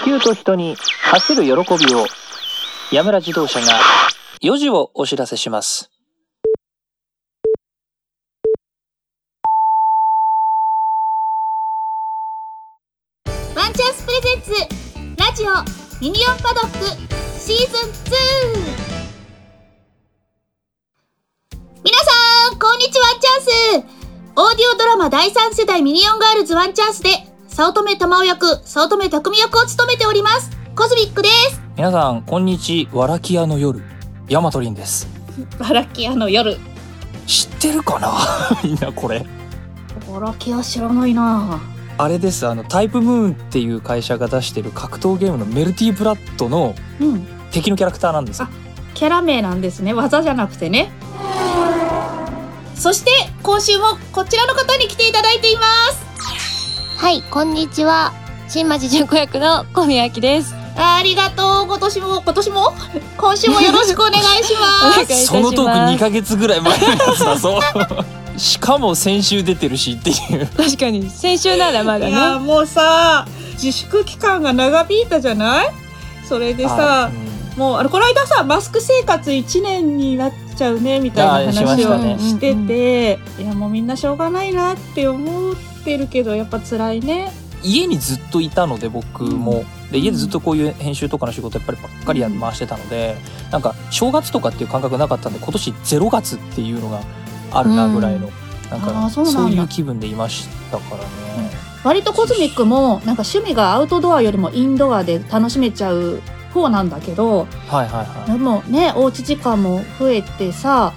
球と人に走る喜びを、ヤムラ自動車が4時をお知らせします。 ワンチャンスプレゼンツラジオミニオンパドックシーズン2。皆さんこんにちは。ワンチャンスオーディオドラマ第3世代ミニオンガールズワンチャンスで早乙女玉緒役、早乙女匠役を務めておりますコズミックです。 皆さんこんにちは。わらき屋の夜、ヤマトリンです。 わらき屋の夜知ってるかなみんなこれ。 わらき屋知らないな。 あれです、タイプムーンっていう会社が出してる格闘ゲームのメルティーブラッドの敵のキャラクターなんです。 キャラ名なんですね、技じゃなくてね。そして今週もこちらの方に来ていただいています。 はい、こんにちは。新町純子役の小宮明です。 ありがとう。今週もよろしくお願いしますそのトーク2ヶ月ぐらい前のやつだぞしかも先週出てるしっていう。 確かに先週ならまだね。 いやもうさ、自粛期間が長引いたじゃない。それでさ、もうこの間さ、マスク生活1年になっちゃうねみたいな話をしてて、いやもうみんなしょうがないなって思ってるけど、やっぱ辛いね。 家にずっといたので僕も、で家でずっとこういう編集とかの仕事やっぱりばっかり回してたので、なんか正月とかっていう感覚なかったんで、今年0月っていうのがあるなぐらいの、なんかそういう気分でいましたからね。 割とコズミックもなんか趣味がアウトドアよりもインドアで楽しめちゃう方なんだけど、でもね、おうち時間も増えてさ、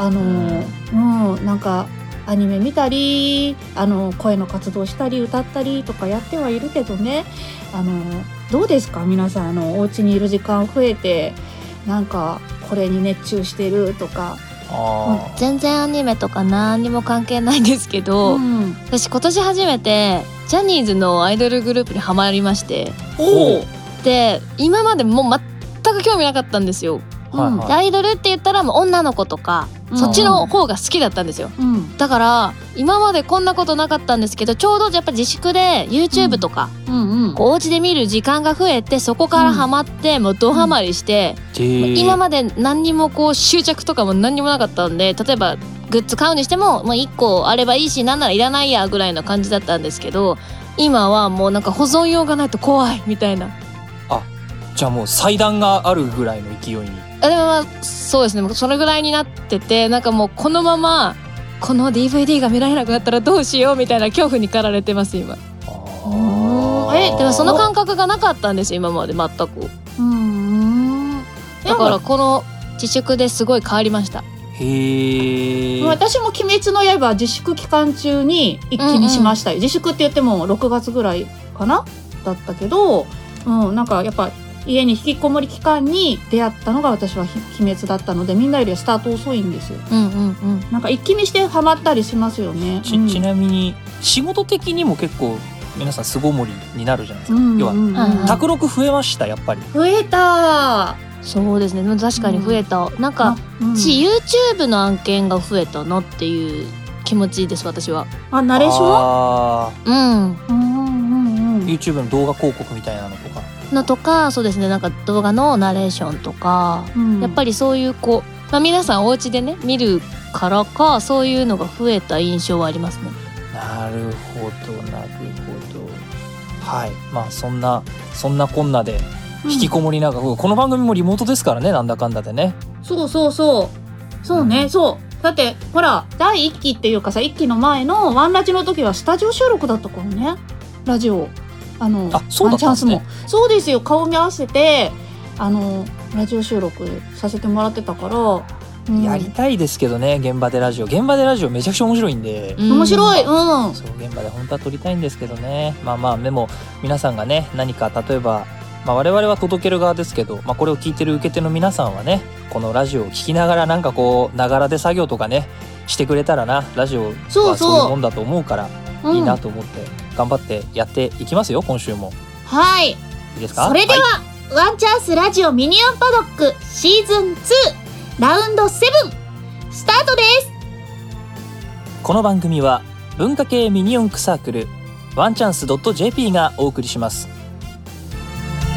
なんかアニメ見たり、声の活動したり歌ったりとかやってはいるけどね、どうですか皆さん、お家にいる時間増えてなんかこれに熱中してるとか。 全然アニメとか何にも関係ないんですけど、私今年初めてジャニーズのアイドルグループにハマりまして、で今までもう全く興味なかったんですよ。アイドルって言ったらもう女の子とか、そっちの方が好きだったんですよ。だから今までこんなことなかったんですけど、ちょうどやっぱ自粛で YouTube とか、お家で見る時間が増えて、そこからハマって、もうドハマりして、今まで何にもこう執着とかも何にもなかったんで、例えばグッズ買うにしても、もう1個あればいいし、なんならいらないやぐらいの感じだったんですけど、今はもうなんか保存用がないと怖いみたいな。 じゃあもう祭壇があるぐらいの勢いに。 でもそうですね、それぐらいになってて、なんかもうこのままこの DVD が見られなくなったらどうしようみたいな恐怖に駆られてます今。でもその感覚がなかったんですよ今まで全く。だからこの自粛ですごい変わりました。 私も鬼滅の刃自粛期間中に一気にしましたよ。自粛って言っても6月ぐらいかなだったけど、なんかやっぱ家に引きこもり期間に出会ったのが私は鬼滅だったので、みんなよりはスタート遅いんですよ。なんか一気見してハマったりしますよね。 ちなみに仕事的にも結構皆さん巣ごもりになるじゃないですか。要は宅録増えました。やっぱり増えた。 そうですね、確かに増えた。なんか、YouTube の案件が増えたなっていう気持ちです私は。 ナレーション YouTube の動画広告みたいなのとかそうですね、なんか動画のナレーションとか、やっぱりそういう皆さんお家でね見るからか、そういうのが増えた印象はありますね。 なるほど。はい、そんなこんなで引きこもりながら、この番組もリモートですからね、なんだかんだでね。 そうね。だってほら、第1期っていうかさ、1期の前のワンラジの時はスタジオ収録だったからね、ラジオ。 そうだったんですね。 そうですよ、顔見合わせてラジオ収録させてもらってたから、 やりたいですけどね、現場でラジオめちゃくちゃ面白いんで。 面白い。 そう現場で本当は撮りたいんですけどね。でも皆さんがね、何か例えば、我々は届ける側ですけど、これを聞いてる受け手の皆さんはね、このラジオを聞きながらなんかながらで作業とかねしてくれたらな、ラジオはそういうもんだと思うからいいなと思って頑張ってやっていきますよ、今週も。 はい。いいですか？ それでは、ワンチャンスラジオミニオンパドックシーズン2ラウンド7スタートです。 この番組は文化系ミニ四駆サークルワンチャンス .jp がお送りします。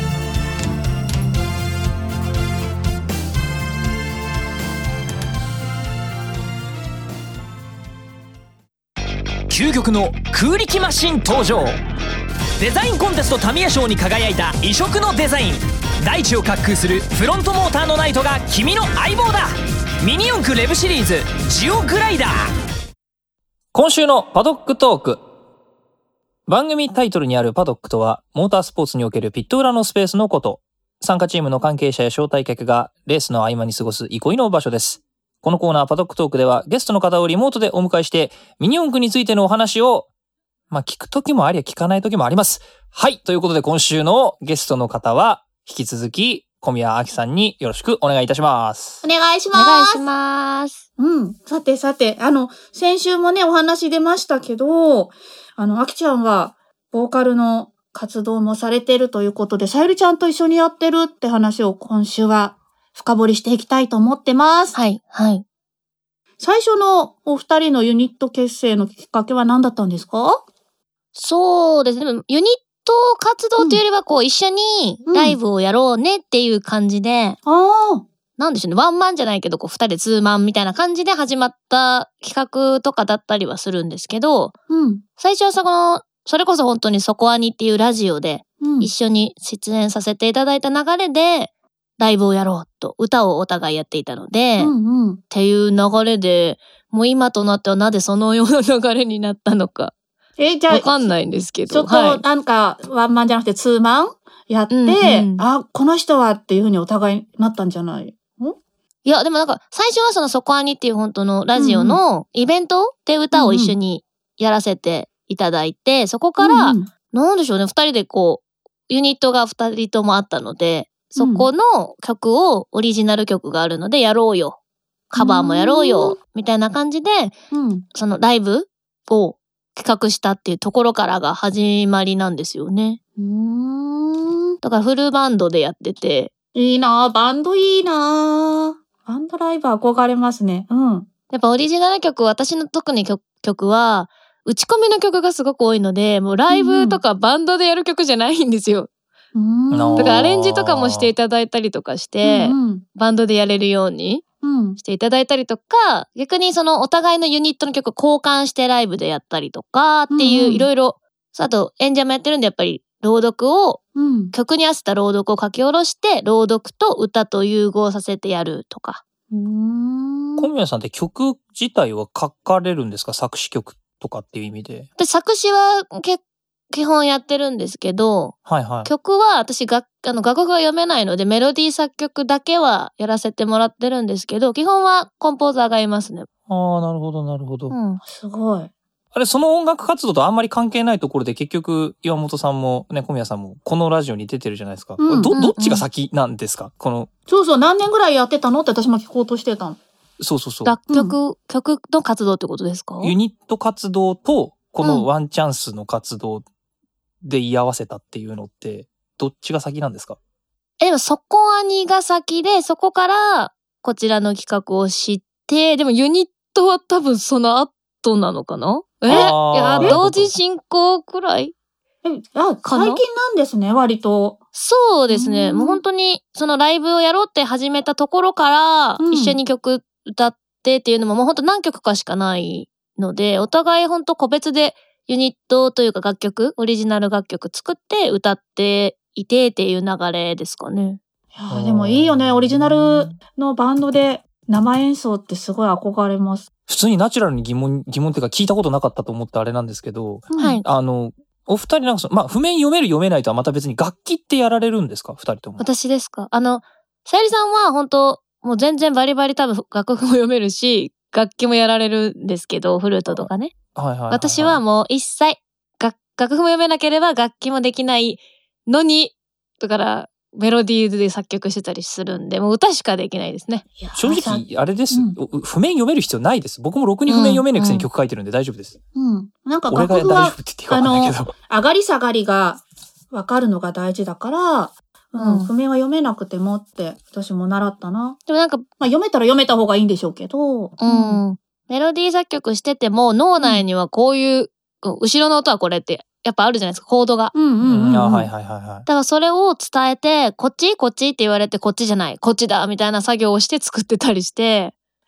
究極の空力マシン登場。デザインコンテストタミヤ賞に輝いた異色のデザイン、大地を滑空するフロントモーターのナイトが君の相棒だ。ミニ四駆レブシリーズジオグライダー。 今週のパドックトーク。番組タイトルにあるパドックとは、モータースポーツにおけるピット裏のスペースのこと。参加チームの関係者や招待客がレースの合間に過ごす憩いの場所です。このコーナーパドックトークではゲストの方をリモートでお迎えしてミニ四駆についてのお話を聞く時もあり聞かない時もあります。はい。ということで今週のゲストの方は引き続き小宮明さんによろしくお願いいたします。 お願いします。 お願いします。 さて、先週もね、お話出ましたけど、あきちゃんはボーカルの活動もされてるということで、さゆりちゃんと一緒にやってるって話を今週は深掘りしていきたいと思ってます。 はい、はい。 最初のお二人のユニット結成のきっかけは何だったんですか？ そうですね。ユニット活動というよりは、一緒にライブをやろうねっていう感じで、なんでしょうね、ワンマンじゃないけど、二人でツーマンみたいな感じで始まった企画とかだったりはするんですけど、最初はそれこそ本当にそこアニっていうラジオで一緒に出演させていただいた流れで、ライブをやろうと、歌をお互いやっていたので、っていう流れで、もう今となってはなぜそのような流れになったのか。じゃあ、わかんないんですけど。 ちょっとワンマンじゃなくてツーマンやって、この人はっていうふうにお互いなったんじゃない？ いや、でも最初はそこアニっていう本当のラジオのイベントで歌を一緒にやらせていただいて、そこから、なんでしょうね、二人でユニットが二人ともあったので、そこの曲を、オリジナル曲があるのでやろうよ。カバーもやろうよ。みたいな感じで、そのライブを企画したっていうところからが始まりなんですよね。だからフルバンドでやってて。 いいなぁ、バンドいいなぁ。バンドライブ憧れますね。 やっぱオリジナル曲、私の特に曲は、打ち込みの曲がすごく多いので、もうライブとかバンドでやる曲じゃないんですよ。だからアレンジとかもしていただいたりとかして、バンドでやれるようにしていただいたりとか、逆にお互いのユニットの曲を交換してライブでやったりとかっていういろいろ、あと演者もやってるんでやっぱり朗読を、曲に合わせた朗読を書き下ろして、朗読と歌と融合させてやるとか。 小宮さんって曲自体は書かれるんですか？作詞曲とかっていう意味で。 で作詞は基本やってるんですけど、曲は私楽譜が読めないのでメロディー作曲だけはやらせてもらってるんですけど、基本はコンポーザーがいますね。 ああ、なるほどなるほど。 すごい。 あれ、その音楽活動とあんまり関係ないところで結局岩本さんもね、小宮さんもこのラジオに出てるじゃないですか。どっちが先なんですか？ そう何年ぐらいやってたのって私も聞こうとしてたの。 そう。 曲の活動ってことですか？ ユニット活動とこのワンチャンスの活動で居合わせたっていうのって、どっちが先なんですか？ でもそこアニが先で、そこからこちらの企画を知って、でもユニットは多分その後なのかな？同時進行くらい最近なんですね、割と。 そうですね。もう本当にそのライブをやろうって始めたところから、一緒に曲歌ってっていうのももう本当何曲かしかないので、お互い本当個別でユニットというかオリジナル楽曲作って歌っていてっていう流れですかね。 いやでもいいよね。オリジナルのバンドで生演奏ってすごい憧れます。 普通にナチュラルに疑問っていうか聞いたことなかったと思ってあれなんですけど、お二人譜面読める読めないとはまた別に楽器ってやられるんですか？二人とも。 私ですか？さゆりさんは本当もう全然バリバリ多分楽譜も読めるし、楽器もやられるんですけど、フルートとかね。私はもう一切楽譜も読めなければ楽器もできないのに、だからメロディーで作曲してたりするんで、もう歌しかできないですね。 正直あれです、譜面読める必要ないです。僕もろくに譜面読めないくせに曲書いてるんで大丈夫です。 なんか俺が大丈夫って言っていいかわかんないけど、 上がり下がりが分かるのが大事だから、譜面は読めなくてもって私も習ったな。 でも読めたら読めた方がいいんでしょうけど、 メロディー作曲してても脳内にはこういう、後ろの音はこれってやっぱあるじゃないですか、コードが。だからそれを伝えて、こっちって言われてこっちじゃない、こっちだみたいな作業をして作ってたりして。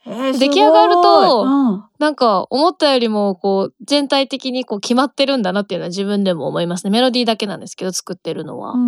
出来上がると、なんか思ったよりもこう全体的にこう決まってるんだなっていうのは自分でも思いますね。メロディーだけなんですけど作ってるのは。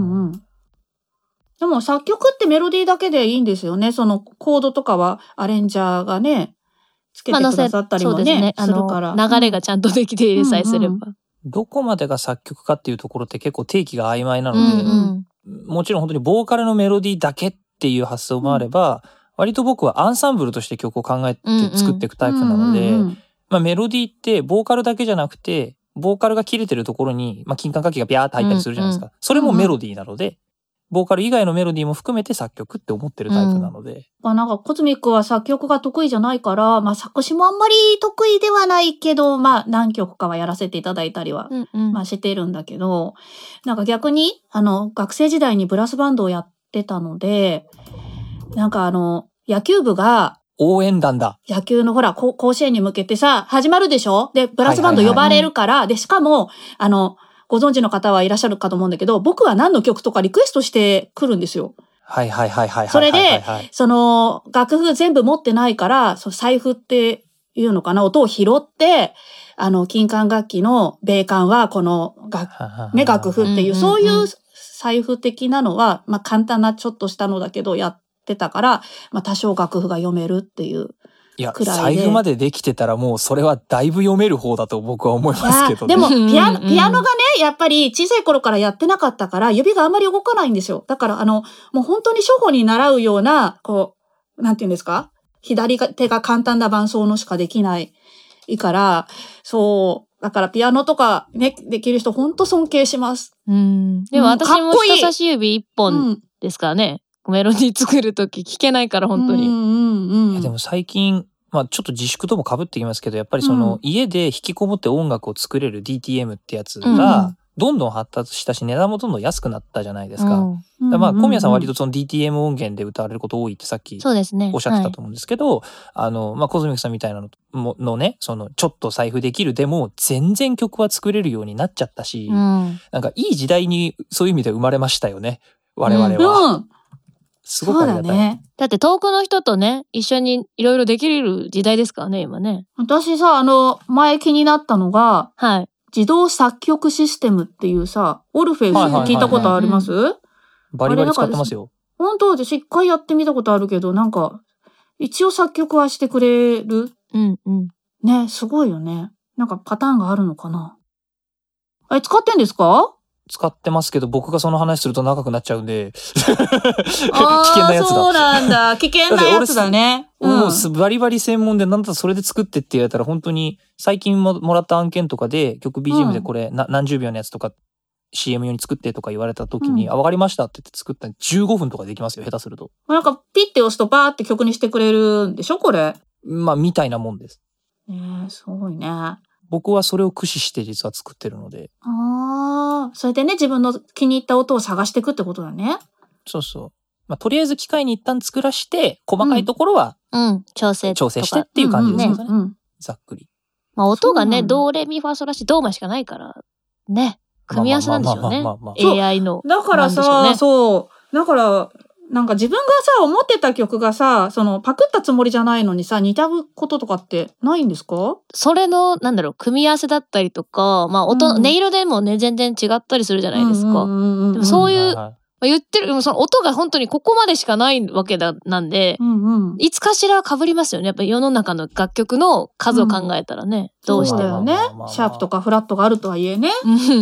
でも作曲ってメロディーだけでいいんですよね。そのコードとかはアレンジャーがねつけてくださったりもね、するから流れがちゃんとできているさえすれば、 どこまでが作曲かっていうところって結構定義が曖昧なので、もちろん本当にボーカルのメロディーだけっていう発想もあれば、割と僕はアンサンブルとして曲を考えて作っていくタイプなので、メロディーってボーカルだけじゃなくてボーカルが切れてるところに、金管楽器がビャーって入ったりするじゃないですか、それもメロディーなので、ボーカル以外のメロディーも含めて作曲って思ってるタイプなので、 なんかコズミックは作曲が得意じゃないから、作詞もあんまり得意ではないけど、何曲かはやらせていただいたりは、してるんだけど、なんか逆に学生時代にブラスバンドをやってたので、なんか野球部が応援団だ。 野球のほら甲子園に向けてさ始まるでしょ。でブラスバンド呼ばれるから、でしかもご存知の方はいらっしゃるかと思うんだけど、僕は何の曲とかリクエストしてくるんですよ。それで、その楽譜全部持ってないから、財布っていうのかな、音を拾って、金管楽器の米管はこの楽譜っていう、そういう財布的なのは、簡単なちょっとしたのだけどやってたから、多少楽譜が読めるっていうくらいで。 財布までできてたらもうそれはだいぶ読める方だと僕は思いますけどね。 でもピアノがね、やっぱり小さい頃からやってなかったから指があんまり動かないんですよ。だからもう本当に初歩に習うような、なんていうんですか、左手が簡単な伴奏のしかできないから、だからピアノとかね、できる人本当尊敬します。 でも私も人差し指一本ですからね。メロディー作るとき聞けないから本当に。 いやでも最近、ちょっと自粛とも被ってきますけど、やっぱり家で引きこもって音楽を作れる DTM ってやつがどんどん発達したし、値段もどんどん安くなったじゃないですか。小宮さんは割とその DTM 音源で歌われること多いってさっきおっしゃってたと思うんですけど、コズミックさんみたいなのね、ちょっと財布できるでも全然曲は作れるようになっちゃったし、なんかいい時代にそういう意味で生まれましたよね、我々は。すごくありがたい。 だって遠くの人とね、一緒にいろいろできる時代ですからね、今ね。 私さ、前気になったのが、自動作曲システムっていうさ、オルフェウスって聞いたことあります？ バリバリ使ってますよ。 本当私一回やってみたことあるけど、なんか、一応作曲はしてくれる。ね、すごいよね。なんかパターンがあるのかな。使ってんですか？ 使ってますけど、僕がその話すると長くなっちゃうんで危険なやつだ。 そうなんだ。危険なやつだね。 もうバリバリ専門で、なんだそれで作ってって言われたら、本当に最近もらった案件とかで曲 BGM でこれ、何十秒のやつとか CM 用に作ってとか言われた時に、わかりましたって言って作ったら15分とかできますよ、下手すると。 なんかピッて押すとバーって曲にしてくれるんでしょこれ。 みたいなもんです。 すごいね。 僕はそれを駆使して実は作ってるので。 それでね、自分の気に入った音を探していくってことだね。 そうそう。とりあえず機械に一旦作らして、細かいところは、 調整してっていう感じですよね。ざっくり。 音がね、ドレミファソラシドーマしかないから、ね、組み合わせなんでしょうね。AI の。 だからさ、だから、なんか自分がさ、思ってた曲がさ、パクったつもりじゃないのにさ、似たこととかってないんですか？ それの、組み合わせだったりとか、音色でもね、全然違ったりするじゃないですか。でもそういう、言ってる、その音が本当にここまでしかないわけなんで、いつかしら被りますよね。やっぱり世の中の楽曲の数を考えたらね、どうしても。 そうだよね。シャープとかフラットがあるとはいえね。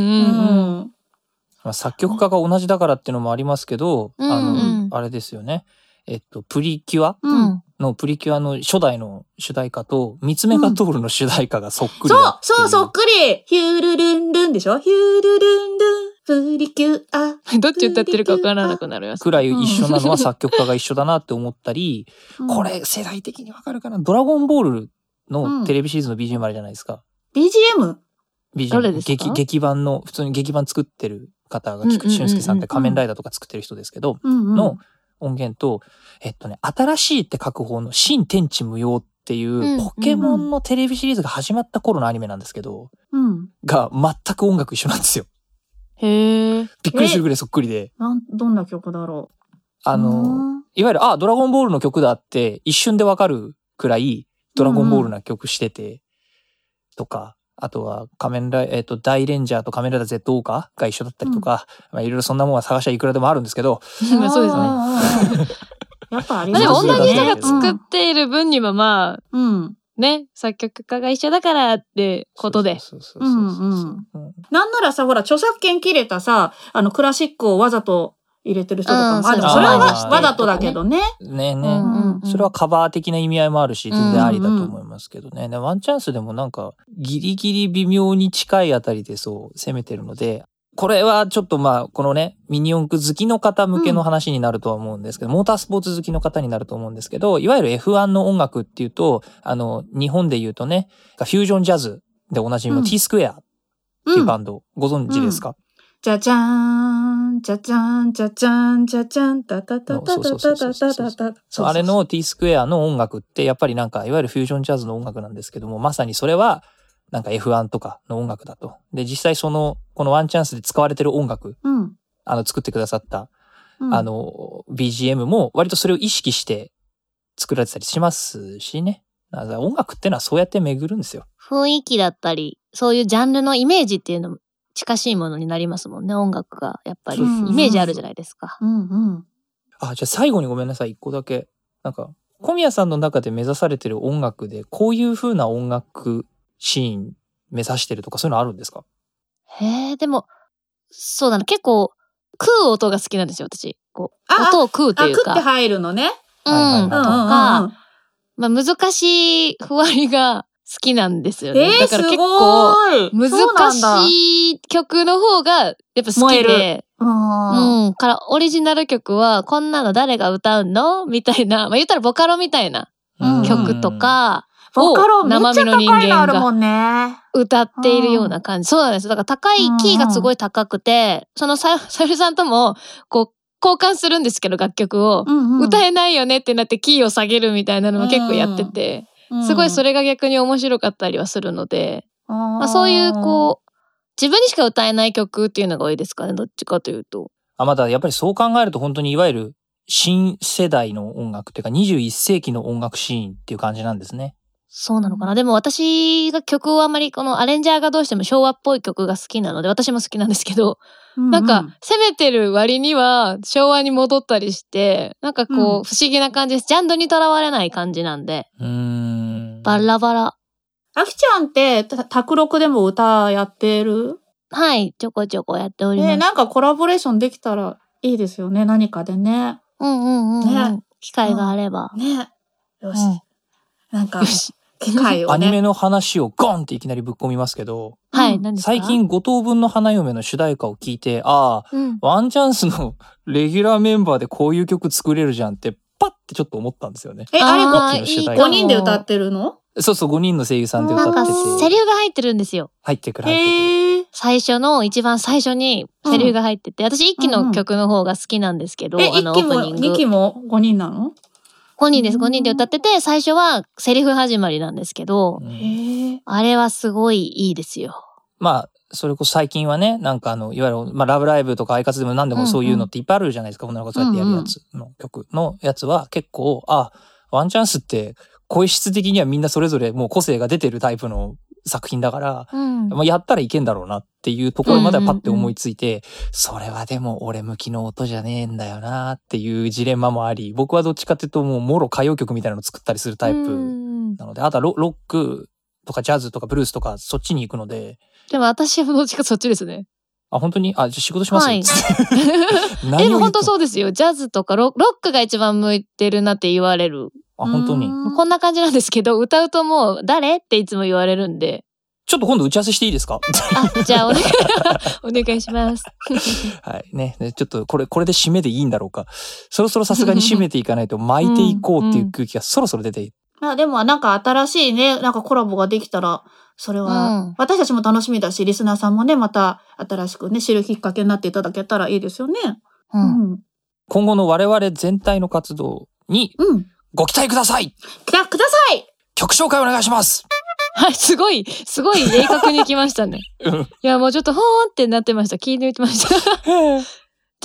作曲家が同じだからっていうのもありますけど、あれですよね。プリキュアのプリキュアの初代の主題歌と、三つ目が通るの主題歌がそっくりだっていう。 そう、そっくり。ヒュールルンルンでしょ？ヒュールルンルン、プリキュア。 どっち歌ってるか分からなくなるやつ。 くらい一緒なのは作曲家が一緒だなって思ったり、これ世代的にわかるかな？ドラゴンボールのテレビシリーズの BGM あるじゃないですか。 BGM？ どれですか？ 劇版の、普通に劇版作ってる方が、菊池俊介さんって仮面ライダーとか作ってる人ですけど、の音源と、新しいって書く方の新天地無用っていうポケモンのテレビシリーズが始まった頃のアニメなんですけど、が全く音楽一緒なんですよ。 へー。 びっくりするぐらいそっくりで。 どんな曲だろう。 いわゆる、ドラゴンボールの曲だって一瞬でわかるくらい、ドラゴンボールな曲してて、とか、あとは大レンジャーと仮面ライダー Z オーカーが一緒だったりとか、いろいろそんなものは探しはいくらでもあるんですけど。 そうですね。 やっぱありますね。でも同じ人ね。 が作っている分にはまあ、ね、作曲家が一緒だからってことで。 なんならさ、ほら、著作権切れたさ、クラシックをわざと入れてる人とかもある。それはわざとだけどね。 それはカバー的な意味合いもあるし、全然ありだと思いますけどね。ワンチャンスでもなんか、ギリギリ微妙に近いあたりでそう攻めてるので、これはちょっとこのね、ミニ四駆好きの方向けの話になるとは思うんですけど、モータースポーツ好きの方になると思うんですけど、いわゆる F1 の音楽っていうと、日本で言うとね、フュージョンジャズでおなじみの T スクエアっていうバンド、ご存知ですか？ じゃじゃーん、じゃじゃん、じゃじゃん、じゃじゃん、たたたたたたたたた。 あれの T スクエアの音楽ってやっぱりなんかいわゆるフュージョンジャズの音楽なんですけども、まさにそれはなんか F1 とかの音楽だと。で、実際このワンチャンスで使われてる音楽、作ってくださった、BGM も割とそれを意識して作られてたりしますしね。音楽ってのはそうやって巡るんですよ。 雰囲気だったり、そういうジャンルのイメージっていうのも近しいものになりますもんね、音楽が。やっぱり、イメージあるじゃないですか。 じゃあ最後にごめんなさい、一個だけ。なんか、小宮さんの中で目指されてる音楽で、こういう風な音楽シーン目指してるとかそういうのあるんですか？ でも、そうだな、結構、食う音が好きなんですよ、私。こう、音を食うというか。 食って入るのね。 とか、難しいふわりが好きなんですよね。だから結構、難しい曲の方がやっぱ好きで、からオリジナル曲は、こんなの誰が歌うのみたいな、言ったらボカロみたいな曲とか、生身の人間が歌っているような感じ。そうなんです。だから高い、キーがすごい高くて、そのさゆりさんとも、こう、交換するんですけど、楽曲を。歌えないよねってなってキーを下げるみたいなのも結構やってて、すごいそれが逆に面白かったりはするので、そういうこう、自分にしか歌えない曲っていうのが多いですかね、どっちかというと。 まだやっぱりそう考えると本当にいわゆる新世代の音楽っていうか21世紀の音楽シーンっていう感じなんですね。 そうなのかな。でも私が曲をあまりこのアレンジャーがどうしても昭和っぽい曲が好きなので、私も好きなんですけど、なんか攻めてる割には昭和に戻ったりして、なんかこう不思議な感じです。ジャンルにとらわれない感じなんで。バラバラ。 あきちゃんって卓録でも歌やってる？ はい、ちょこちょこやっております。 なんかコラボレーションできたらいいですよね、何かでね。 機会があれば。 ね。よし。なんか、機会をね。 アニメの話をゴンっていきなりぶっ込みますけど、 はい、何ですか？ 最近5等分の花嫁の主題歌を聞いて、ワンチャンスのレギュラーメンバーでこういう曲作れるじゃんって、パッてちょっと思ったんですよね。 あれ5人で歌ってるの？ そうそう、5人の声優さんで歌ってて。 なんかセリフが入ってるんですよ。 入ってくる。 一番最初にセリフが入ってて、私1期の曲の方が好きなんですけど、 1期も2期も5人なの ？5人です。5人で歌ってて、最初はセリフ始まりなんですけど、あれはすごいいいですよ。 それこそ最近はね、なんかいわゆる、ラブライブとかアイカツでも何でもそういうのっていっぱいあるじゃないですか。女の子そうやってやるやつの曲のやつは結構、ワンチャンスって声質的にはみんなそれぞれもう個性が出てるタイプの作品だから、やったらいけんだろうなっていうところまではパッて思いついて、それはでも俺向きの音じゃねえんだよなっていうジレンマもあり、僕はどっちかっていうともうもろ歌謡曲みたいなの作ったりするタイプなので、あとはロックとかジャズとかブルースとかそっちに行くので。 でも私はどっちかそっちですね。 本当に？じゃあ仕事します？はい。 でも本当そうですよ。ジャズとかロックが一番向いてるなって言われる。 本当に。 こんな感じなんですけど、歌うともう誰っていつも言われるんで。 ちょっと今度打ち合わせしていいですか？ じゃあお願いします。 はいね。ちょっとこれで締めでいいんだろうか。そろそろさすがに締めていかないと巻いていこうっていう空気がそろそろ出ている。 でもなんか新しいね、なんかコラボができたら、それは私たちも楽しみだし、リスナーさんもね、また新しくね、知るきっかけになっていただけたらいいですよね。 今後の我々全体の活動にご期待ください。 ください。 曲紹介お願いします。 はい、すごい鋭角に来ましたね。いや、もうちょっとほーんってなってました。聞いてみてました。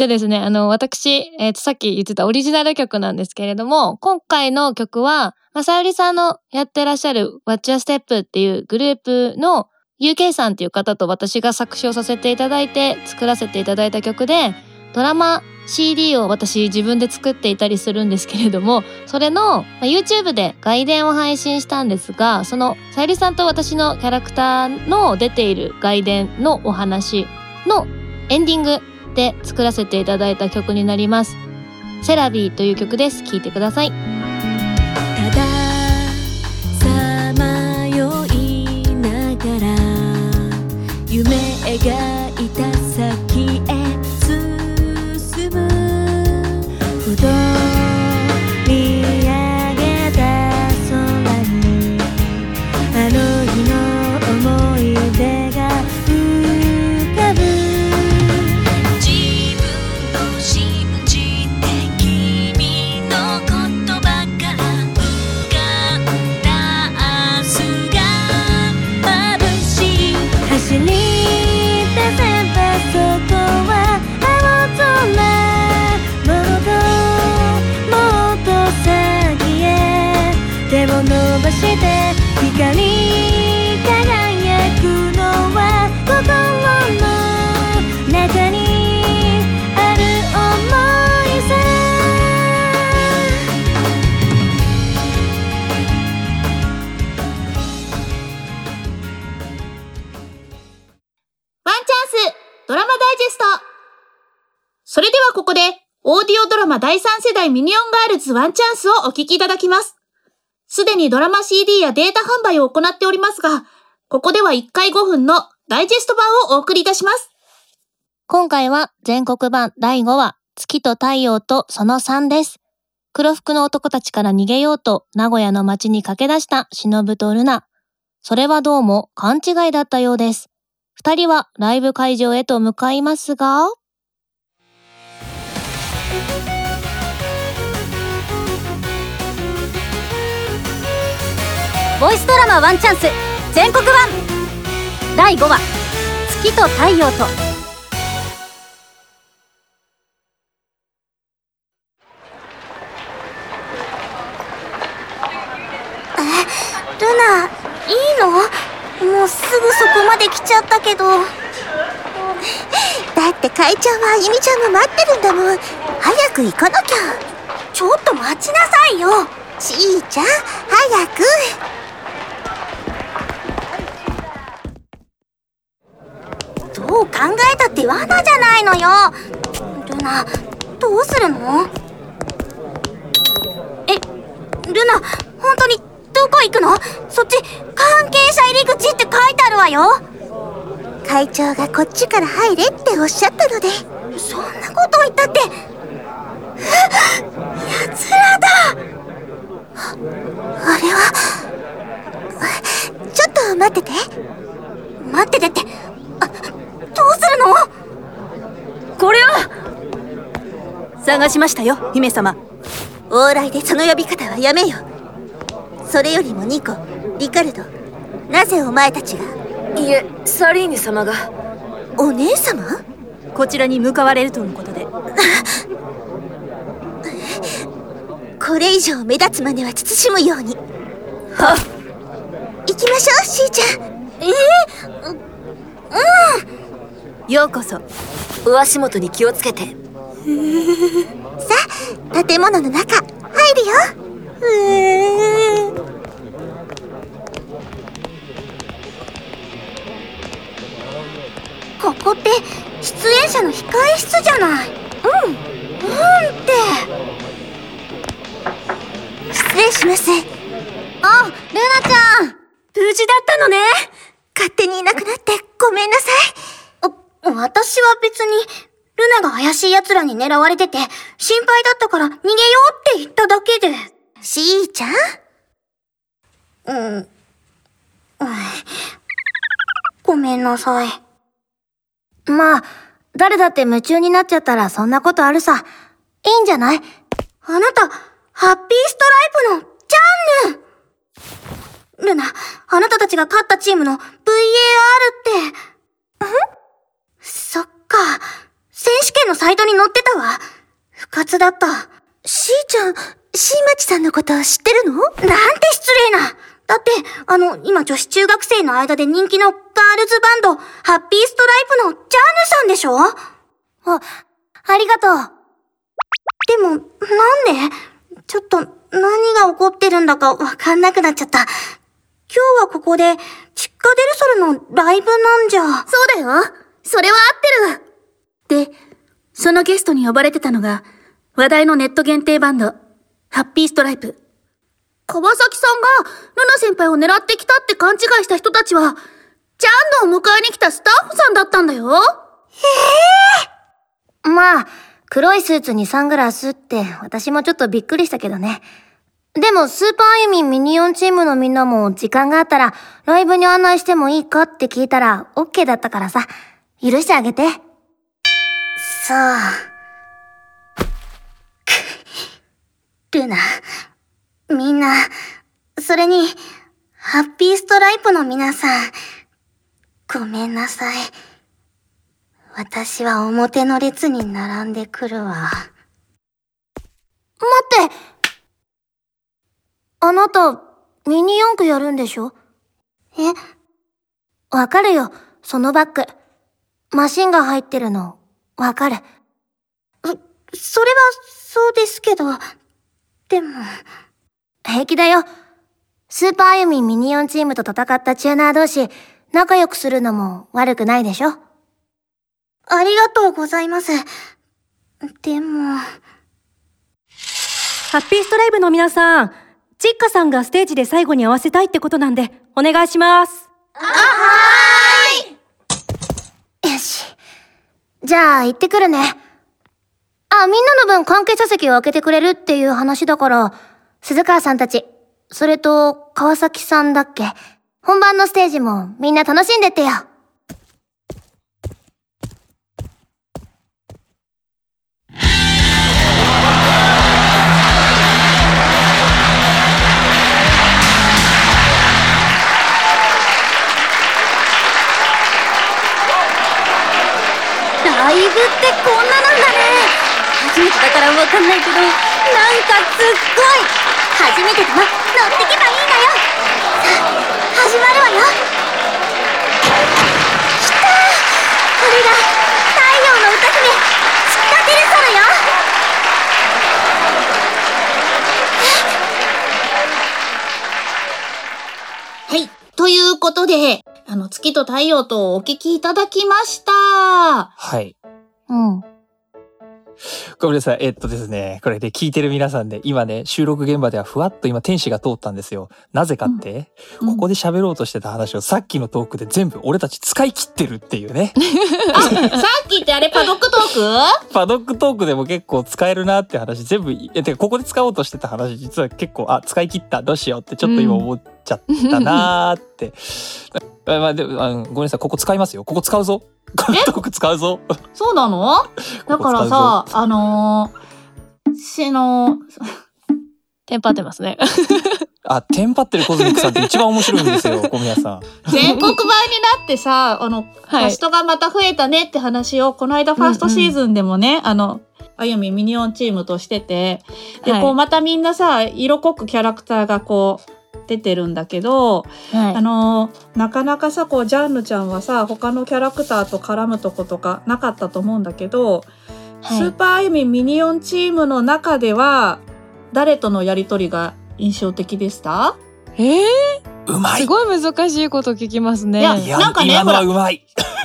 じゃあですね、私、さっき言ってたオリジナル曲なんですけれども、今回の曲は、さゆりさんのやってらっしゃる What's Your Step っていうグループの UK さんっていう方と私が作詞をさせていただいて作らせていただいた曲で、ドラマ CD を私自分で作っていたりするんですけれども、それの YouTube で外伝を配信したんですが、そのさゆりさんと私のキャラクターの出ている外伝のお話のエンディングで作らせていただいた曲になります。セラビーという曲です。聴いてください。 たださまよいながら夢描いた先へ進むほど見上げた空にあの日の思い出が浮かぶ自分を信じて君の言葉から浮かんだ明日が眩しい走り出せばそこは青空もっと先へ手を伸ばして光り輝くのは心の中にある想いさワンチャンスドラマダイジェスト。それではここでオーディオドラマ第3世代ミニオンガールズワンチャンスをお聞きいただきます。すでにドラマ CD やデータ販売を行っておりますが、ここでは1回5分のダイジェスト版をお送りいたします。 今回は全国版第5話、月と太陽とその3です。黒服の男たちから逃げようと名古屋の街に駆け出した忍とルナ。それはどうも勘違いだったようです。二人はライブ会場へと向かいますが、 ボイスドラマワンチャンス全国版第5話月と太陽とルナ、いいの？もうすぐそこまで来ちゃったけど。だってかいちゃんはあゆみちゃんが待ってるんだもん。早く行かなきゃ。ちょっと待ちなさいよ。ちーちゃん、早く。どう考えたって罠じゃないのよ。ルナ、どうするの？ルナ、本当にどこ行くの？そっち関係者入り口って書いてあるわよ。会長がこっちから入れっておっしゃったので。そんなことを言ったって。やつらだ。あれはちょっと待ってて。待っててって、どうするの？これは探しましたよ、姫様。往来でその呼び方はやめよ。それよりもニコ、リカルド、なぜお前たちが？ いえ、サリーヌ様が。 お姉様？ こちらに向かわれるとのことで。 これ以上目立つ真似は慎むように。 はっ、 行きましょう、しーちゃん。 ようこそ。お足元に気をつけて。 さあ、建物の中入るよ。ここって出演者の控え室じゃない。って失礼します。あ、ルナちゃん、 無事だったのね。 勝手にいなくなってごめんなさい。私は別にルナが怪しい奴らに狙われてて心配だったから逃げようって言っただけで。しーちゃん？ごめんなさい。まあ、誰だって夢中になっちゃったらそんなことあるさ。いいんじゃない？あなた、ハッピーストライプのチャンヌ！ルナ、あなたたちが勝ったチームの VAR って。そっか。 選手権のサイトに載ってたわ。不活だった。しーちゃん、新町さんのこと知ってるの？なんて失礼な。だって、今女子中学生の間で人気のガールズバンド、ハッピーストライプのジャーヌさんでしょ？ありがとう。でも、なんで？ちょっと、何が起こってるんだかわかんなくなっちゃった。今日はここで、チッカデルソルのライブなんじゃ。 そうだよ。それは合ってる。で、そのゲストに呼ばれてたのが、話題のネット限定バンド、ハッピーストライプ。川崎さんが、ルナ先輩を狙ってきたって勘違いした人たちは、ジャンヌを迎えに来たスタッフさんだったんだよ。 まあ、黒いスーツにサングラスって私もちょっとびっくりしたけどね。でもスーパーユミンミニオンチームのみんなも時間があったらライブに案内してもいいかって聞いたら OK だったからさ、許してあげて。そう。ルナ、みんな、それに、ハッピーストライプの皆さん、ごめんなさい。私は表の列に並んでくるわ。待って！あなた、ミニ四駆やるんでしょ？わかるよ、そのバッグ。マシンが入ってるの、わかる。それはそうですけど、でも。平気だよ。スーパーユミンミニオンチームと戦ったチューナー同士、仲良くするのも悪くないでしょ？ありがとうございます。でも。 ハッピーストライブの皆さん、チッカさんがステージで最後に合わせたいってことなんで、お願いします。 はーい！よし。じゃあ、行ってくるね。みんなの分関係者席を開けてくれるっていう話だから、鈴川さんたち、それと川崎さんだっけ？本番のステージもみんな楽しんでってよ。 ライブってこんななんだね。初めてだからわかんないけど、なんかすっごい。初めてだも乗ってけばいいんだよ。さあ、始まるわよ。きたー。これが太陽の歌姫、チッカデルソルよ。 はい。ということで、月と太陽とお聞きいただきました。はい。 うん。 ごめんなさい。ですね、これで聞いてる皆さんで、今ね、収録現場ではふわっと今天使が通ったんですよ。なぜかって、ここで喋ろうとしてた話をさっきのトークで全部俺たち使い切ってるっていうね。 さっきってあれパドックトーク？ パドックトークでも結構使えるなって話全部、てかここで使おうとしてた話実は結構、使い切ったどうしようってちょっと今思っちゃったなーって。まあでもごめんなさい、ここ使いますよ。ここ使うぞ。このトーク使うぞ。 そうなの？だからさ、 テンパってますね。 テンパってるコズミックさんって一番面白いんですよ、小宮さん。 全国版になってさ、キャストがまた増えたねって話を、この間ファーストシーズンでもね、あゆみミニオンチームとしてて、で、こうまたみんなさ、色濃くキャラクターがこう、出てるんだけど、なかなかさ、こうジャンヌちゃんはさ、他のキャラクターと絡むとことかなかったと思うんだけど、スーパーあゆみミニオンチームの中では誰とのやりとりが印象的でした？ うまい。 すごい難しいこと聞きますね。 いや、なんかね、 今のはうまい。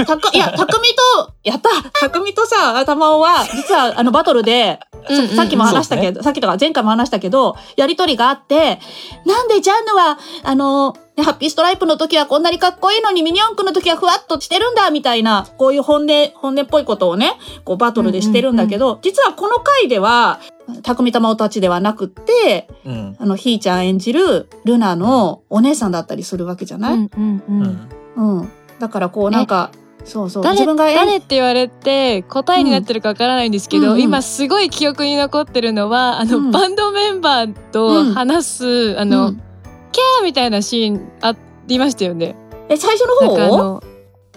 匠とさ、玉緒は、実はバトルで、さっきも話したけど、さっきとか前回も話したけど、やりとりがあって、なんでジャンヌは、ハッピーストライプの時はこんなにかっこいいのにミニ四駆の時はふわっとしてるんだ、みたいな、こういう本音っぽいことをね、こうバトルでしてるんだけど、実はこの回では、匠玉緒たちではなくって、ひーちゃん演じるルナのお姉さんだったりするわけじゃない？だからこうなんか、そう自分が誰って言われて答えになってるかわからないんですけど、今すごい記憶に残ってるのはバンドメンバーと話すキャーみたいなシーンありましたよね。 最初の方？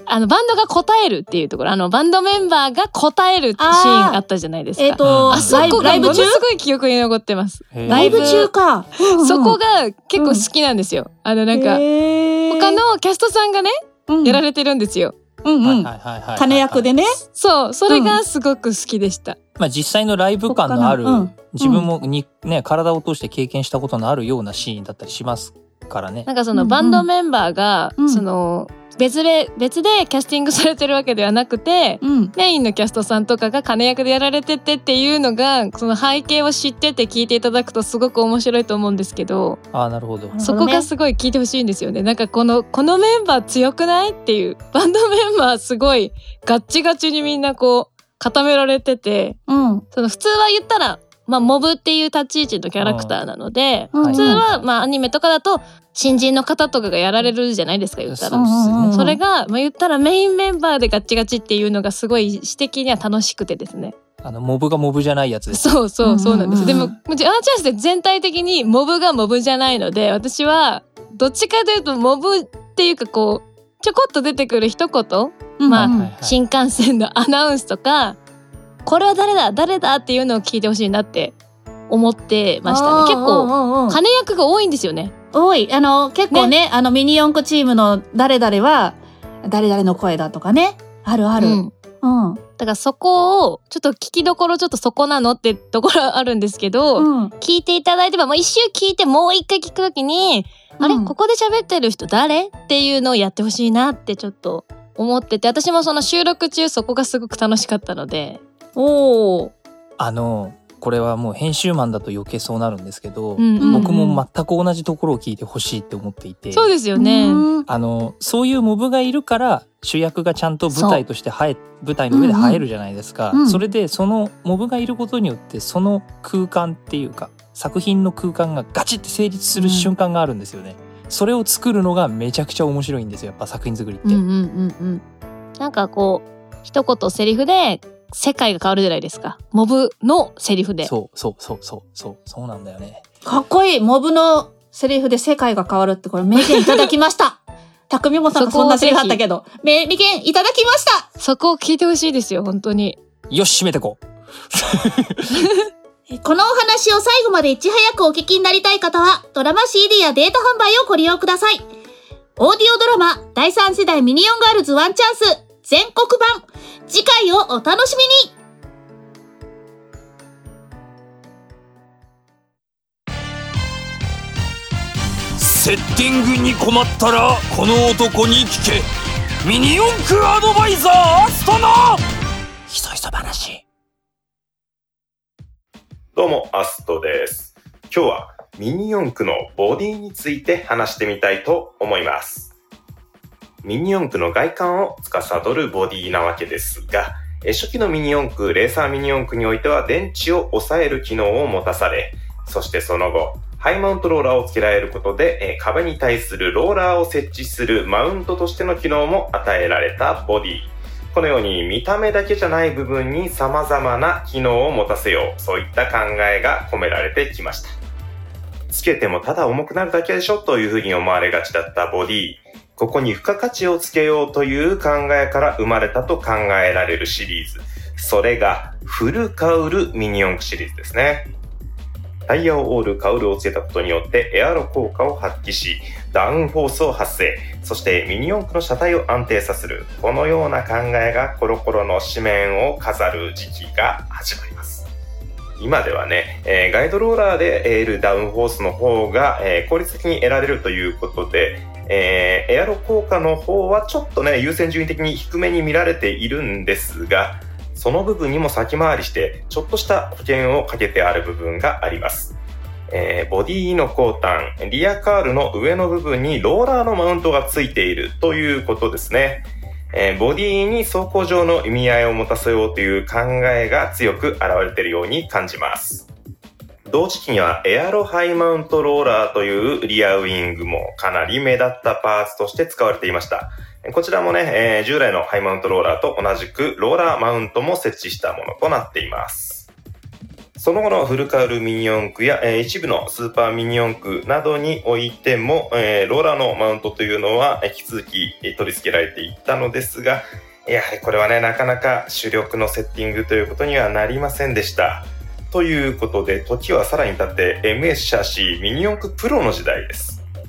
バンドが答えるっていうところ、バンドメンバーが答えるシーンあったじゃないですか。あそこがものすごい記憶に残ってます。 ライブ中か。 そこが結構好きなんですよ。なんか他のキャストさんがね、やられてるんですよ。 種役でね。 そう、それがすごく好きでした。 まあ実際のライブ感のある、自分もね、体を通して経験したことのあるようなシーンだったりしますからね。 なんかそのバンドメンバーが、その別でキャスティングされてるわけではなくて、メインのキャストさんとかが金役でやられててっていうのが、その背景を知ってて聞いていただくとすごく面白いと思うんですけど。 なるほど。 そこがすごい聞いてほしいんですよね。なんかこのメンバー強くないっていう、バンドメンバーすごいガッチガチにみんなこう固められてて、その普通は言ったらモブっていう立ち位置のキャラクターなので、普通はアニメとかだと新人の方とかがやられるじゃないですか、言ったら。それが言ったらメインメンバーでガッチガチっていうのがすごい詩的には楽しくてですね。 モブがモブじゃないやつです。 そうなんです。でもアーチャースで全体的にモブがモブじゃないので、私はどっちかというとモブっていうかこうちょこっと出てくる一言、新幹線のアナウンスとか、これは誰だっていうのを聞いてほしいなって思ってましたね。結構金役が多いんですよね。 多い。結構ね、ミニ四駆チームの誰々は誰々の声だとかね、ある。 だからそこをちょっと聞きどころ、ちょっとそこなのってところあるんですけど、聞いていただいてば、一周聞いてもう一回聞くときに、あれここで喋ってる人誰っていうのをやってほしいなってちょっと思ってて、私もその収録中そこがすごく楽しかったので。 これはもう編集マンだと余計そうなるんですけど、僕も全く同じところを聞いてほしいって思っていて。 そうですよね。 そういうモブがいるから主役がちゃんと舞台として舞台の上で映えるじゃないですか。それでそのモブがいることによってその空間っていうか作品の空間がガチって成立する瞬間があるんですよね。それを作るのがめちゃくちゃ面白いんですよ、やっぱ作品作りって。 なんかこう一言セリフで世界が変わるじゃないですか。モブのセリフで。 そうなんだよね。 かっこいい。モブのセリフで世界が変わるって、これ名言いただきました。匠もさんがそんなセリフあったけど、名言いただきました。 そこを聞いてほしいですよ、本当に。 よし、締めてこう。 このお話を最後までいち早くお聞きになりたい方は、ドラマ CD やデータ販売をご利用ください。オーディオドラマ第3世代ミニオンガールズワンチャンス全国版、次回をお楽しみに。 セッティングに困ったらこの男に聞け。ミニ四駆アドバイザーアストのひそひそ話。 どうもアストです。今日はミニ四駆のボディについて話してみたいと思います。ミニ四駆の外観を司るボディなわけですが、初期のミニ四駆、レーサーミニ四駆においては電池を抑える機能を持たされ、そしてその後、ハイマウントローラーを付けられることで、壁に対するローラーを設置するマウントとしての機能も与えられたボディ。このように見た目だけじゃない部分に様々な機能を持たせよう、そういった考えが込められてきました。つけてもただ重くなるだけでしょというふうに思われがちだったボディ。ここに付加価値をつけようという考えから生まれたと考えられるシリーズ。それがフルカウルミニ四駆シリーズですね。タイヤを覆うカウルをつけたことによってエアロ効果を発揮し、ダウンフォースを発生、そしてミニ四駆の車体を安定させる、このような考えがコロコロの紙面を飾る時期が始まります。今ではね、ガイドローラーで得るダウンフォースの方が、効率的に得られるということで、エアロ効果の方はちょっとね、優先順位的に低めに見られているんですが、その部分にも先回りしてちょっとした保険をかけてある部分があります。ボディの後端、リアカールの上の部分にローラーのマウントがついているということですね。ボディに走行上の意味合いを持たせようという考えが強く現れているように感じます。同時期にはエアロハイマウントローラーというリアウィングもかなり目立ったパーツとして使われていました。こちらもね、従来のハイマウントローラーと同じくローラーマウントも設置したものとなっています。 その後のフルカウルミニ四駆や、一部のスーパーミニ四駆などにおいても、ローラーのマウントというのは引き続き取り付けられていったのですが、やはりこれはね、なかなか主力のセッティングということにはなりませんでした。ということで、時はさらに経って MS シャーシミニ四駆プロの時代です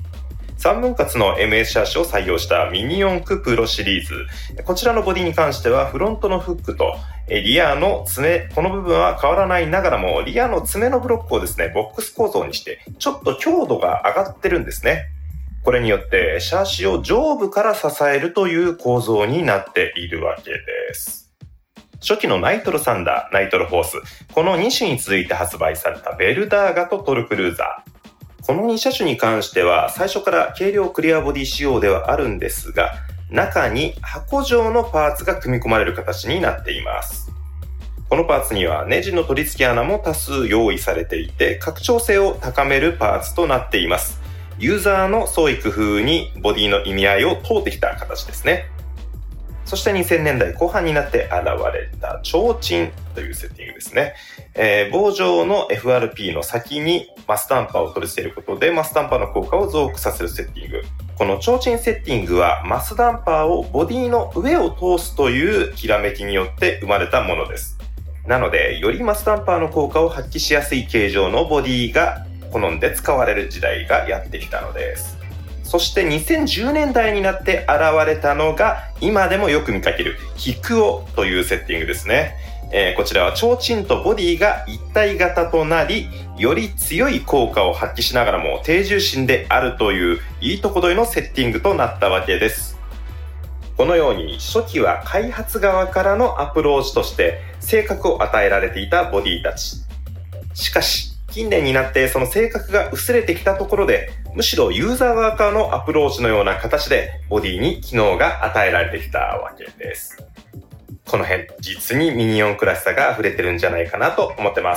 。3分割の MS シャーシを採用したミニ四駆プロシリーズ。こちらのボディに関してはフロントのフックとリアの爪、この部分は変わらないながらも、リアの爪のブロックをですね、ボックス構造にしてちょっと強度が上がってるんですね。これによってシャーシを上部から支えるという構造になっているわけです。初期のナイトロサンダー、ナイトロフォース、この2種に続いて発売されたベルダーガとトルクルーザー。この2車種に関しては最初から軽量クリアボディ仕様ではあるんですが、中に箱状のパーツが組み込まれる形になっています。このパーツにはネジの取り付け穴も多数用意されていて、拡張性を高めるパーツとなっています。ユーザーの創意工夫にボディの意味合いを問うてきた形ですね。そして2000年代後半になって現れた超鎮というセッティングですね。棒状の FRP の先にマスダンパーを取り付けることでマスダンパーの効果を増幅させるセッティング。この超鎮セッティングはマスダンパーをボディの上を通すというひらめきによって生まれたものです。なので、よりマスダンパーの効果を発揮しやすい形状のボディが好んで使われる時代がやってきたのです。そして2010年代になって現れたのが今でもよく見かけるヒクオというセッティングですね。こちらは提灯とボディが一体型となり、より強い効果を発揮しながらも低重心であるといういいとこ取りのセッティングとなったわけです。このように初期は開発側からのアプローチとして性格を与えられていたボディたち。しかし近年になってその性格が薄れてきたところで、むしろユーザー側からのアプローチのような形でボディに機能が与えられてきたわけです。この辺、実にミニ四駆らしさが溢れてるんじゃないかなと思ってます。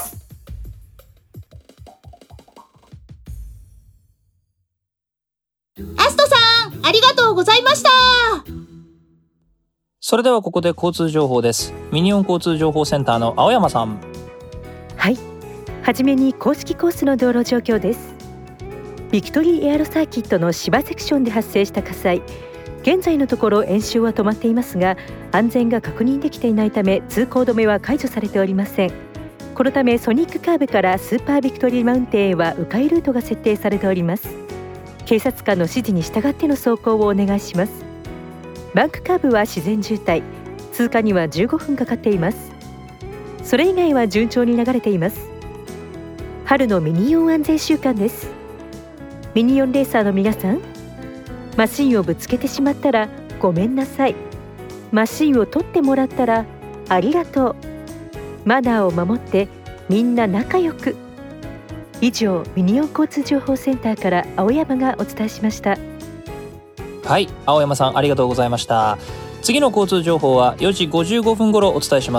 アストさん、ありがとうございました。 それではここで交通情報です。ミニオン交通情報センターの青山さん。 はい、はじめに公式コースの道路状況です。ビクトリーエアロサーキットの芝セクションで発生した火災、現在のところ延焼は止まっていますが、安全が確認できていないため通行止めは解除されておりません。このためソニックカーブからスーパービクトリーマウンテンへは迂回ルートが設定されております。警察官の指示に従っての走行をお願いします。バンクカーブは自然渋滞、通過には15分かかっています。それ以外は順調に流れています。春のミニ四安全週間です。ミニ四レーサーの皆さん、マシンをぶつけてしまったらごめんなさい。マシンを取ってもらったらありがとう。マナーを守ってみんな仲良く。以上、ミニ四交通情報センターから青山がお伝えしました。 はい、青山さんありがとうございました。次の交通情報は4時55分頃お伝えします。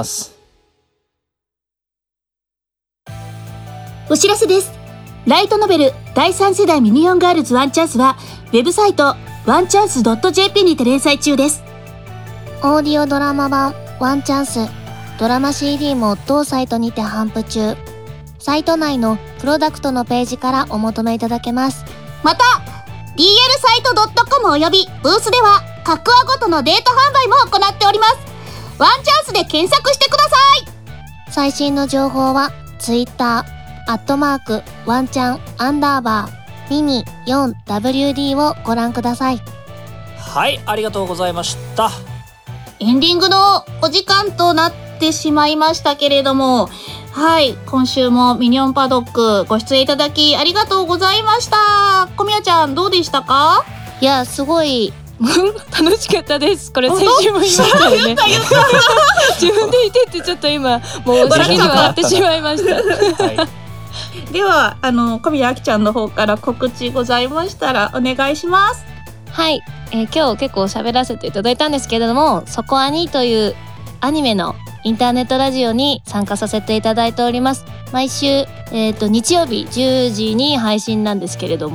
お知らせです。ライトノベル第3世代ミニオンガールズワンチャンスはウェブサイトワンチャンス .jp にて連載中です。 オーディオドラマ版ワンチャンスドラマ CD も同サイトにて販布中。サイト内のプロダクトのページからお求めいただけます。 また DL サイト .com およびブースでは各話ごとのデータ販売も行っております。ワンチャンスで検索してください。 最新の情報は Twitter @ワンチャン_ミニ 4WD をご覧ください。 はい、ありがとうございました。 エンディングのお時間となってしまいましたけれども、はい、今週もミニオンパドックご出演いただきありがとうございました。小宮ちゃんどうでしたか？ いや、すごい楽しかったです。これ先週も言いましたよね。自分で言ってってちょっと今もう先に笑ってしまいました。 はいでは小宮あきちゃんの方から告知ございましたらお願いします。 はい、今日結構喋らせていただいたんですけれども、そこアニというアニメのインターネットラジオに参加させていただいております。毎週、日曜日10時に配信なんですけれども、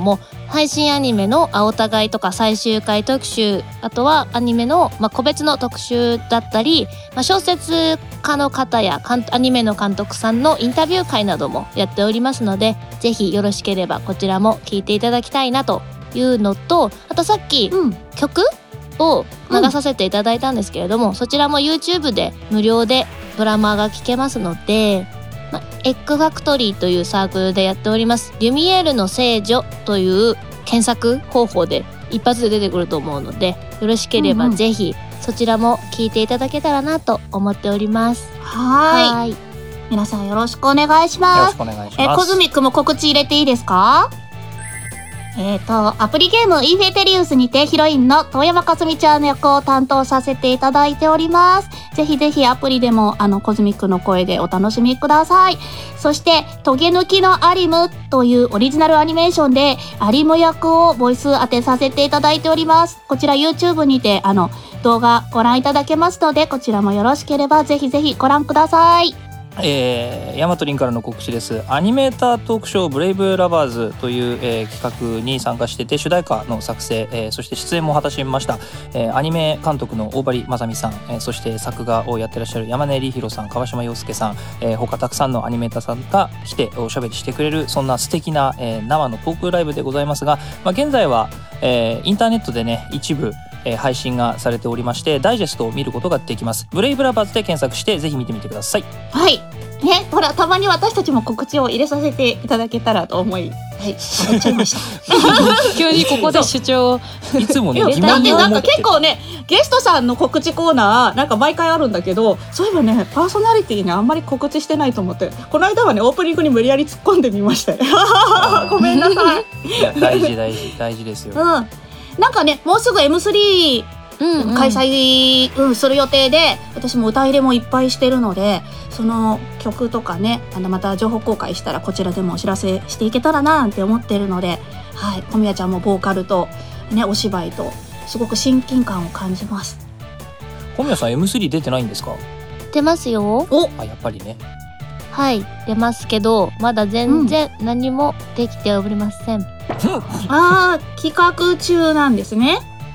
配信アニメのお互いとか最終回特集、あとはアニメの、個別の特集だったり、小説家の方やアニメの監督さんのインタビュー会などもやっておりますので、ぜひよろしければこちらも聞いていただきたいなというのと、あとさっき、曲を流させていただいたんですけれども、そちらも YouTube で無料でドラマが聴けますので、エッグファクトリーというサークルでやっておりますリュミエールの聖女という検索方法で一発で出てくると思うので、よろしければぜひそちらも聞いていただけたらなと思っております。 はい。皆さんよろしくお願いします。 よろしくお願いします。 コズミックも告知入れていいですか？アプリゲームインフェテリウスにてヒロインの遠山かすみちゃんの役を担当させていただいております。ぜひぜひアプリでもコズミックの声でお楽しみください。そしてトゲ抜きのアリムというオリジナルアニメーションでアリム役をボイス当てさせていただいております。こちら YouTube にて動画ご覧いただけますので、こちらもよろしければぜひぜひご覧ください。 ヤマトリンからの告知です。アニメータートークショーブレイブラバーズという、企画に参加してて、主題歌の作成、そして出演も果たしました、アニメ監督の大張正美さん、そして作画をやってらっしゃる山根理弘さん、川島洋介さん、他たくさんのアニメーターさんが来ておしゃべりしてくれる、そんな素敵な、生のトークライブでございますが、現在は、インターネットでね一部配信がされておりまして、ダイジェストを見ることができます。ブレイブラバーズで検索してぜひ見てみてください。 はいね、ほらたまに私たちも告知を入れさせていただけたらと思い、言っちゃいました急にここで主張をいつもねだってなんか結構ねゲストさんの告知コーナーなんか毎回あるんだけど、そういえばねパーソナリティねあんまり告知してないと思って、この間はねオープニングに無理やり突っ込んでみましたごめんなさい。 いや大事ですよ。 なんかねもうすぐ M3 開催、する予定で、私も歌入れもいっぱいしてるので、その曲とかねまた情報公開したらこちらでもお知らせしていけたらななんて思ってるので、小宮ちゃんもボーカルとねお芝居とすごく親近感を感じます。 小宮さん M3 出てないんですか？ 出ますよ。 やっぱりね。 はい出ますけど、まだ全然何もできておりません。 企画中なんですね。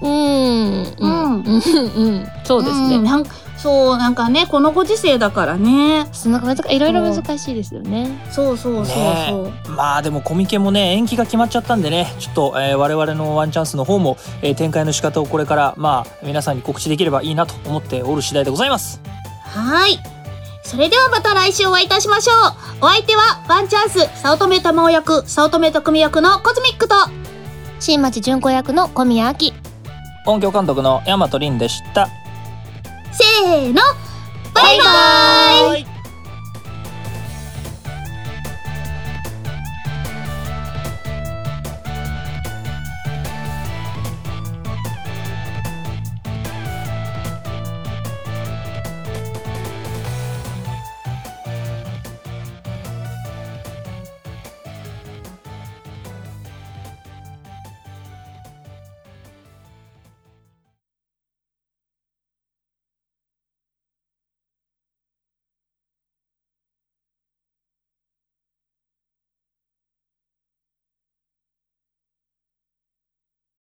そうですね。 なんかねこのご時世だからね、 いろいろ難しいですよね。 そうでもコミケもね延期が決まっちゃったんでね、ちょっと、我々のワンチャンスの方も、展開の仕方をこれから皆さんに告知できればいいなと思っておる次第でございます。 はい、それではまた来週お会いいたしましょう。お相手はワンチャンス早乙女玉緒役、早乙女匠役のコズミックと新町純子役の小宮明、 音響監督の大和凛でした。 せーの、バイバイ。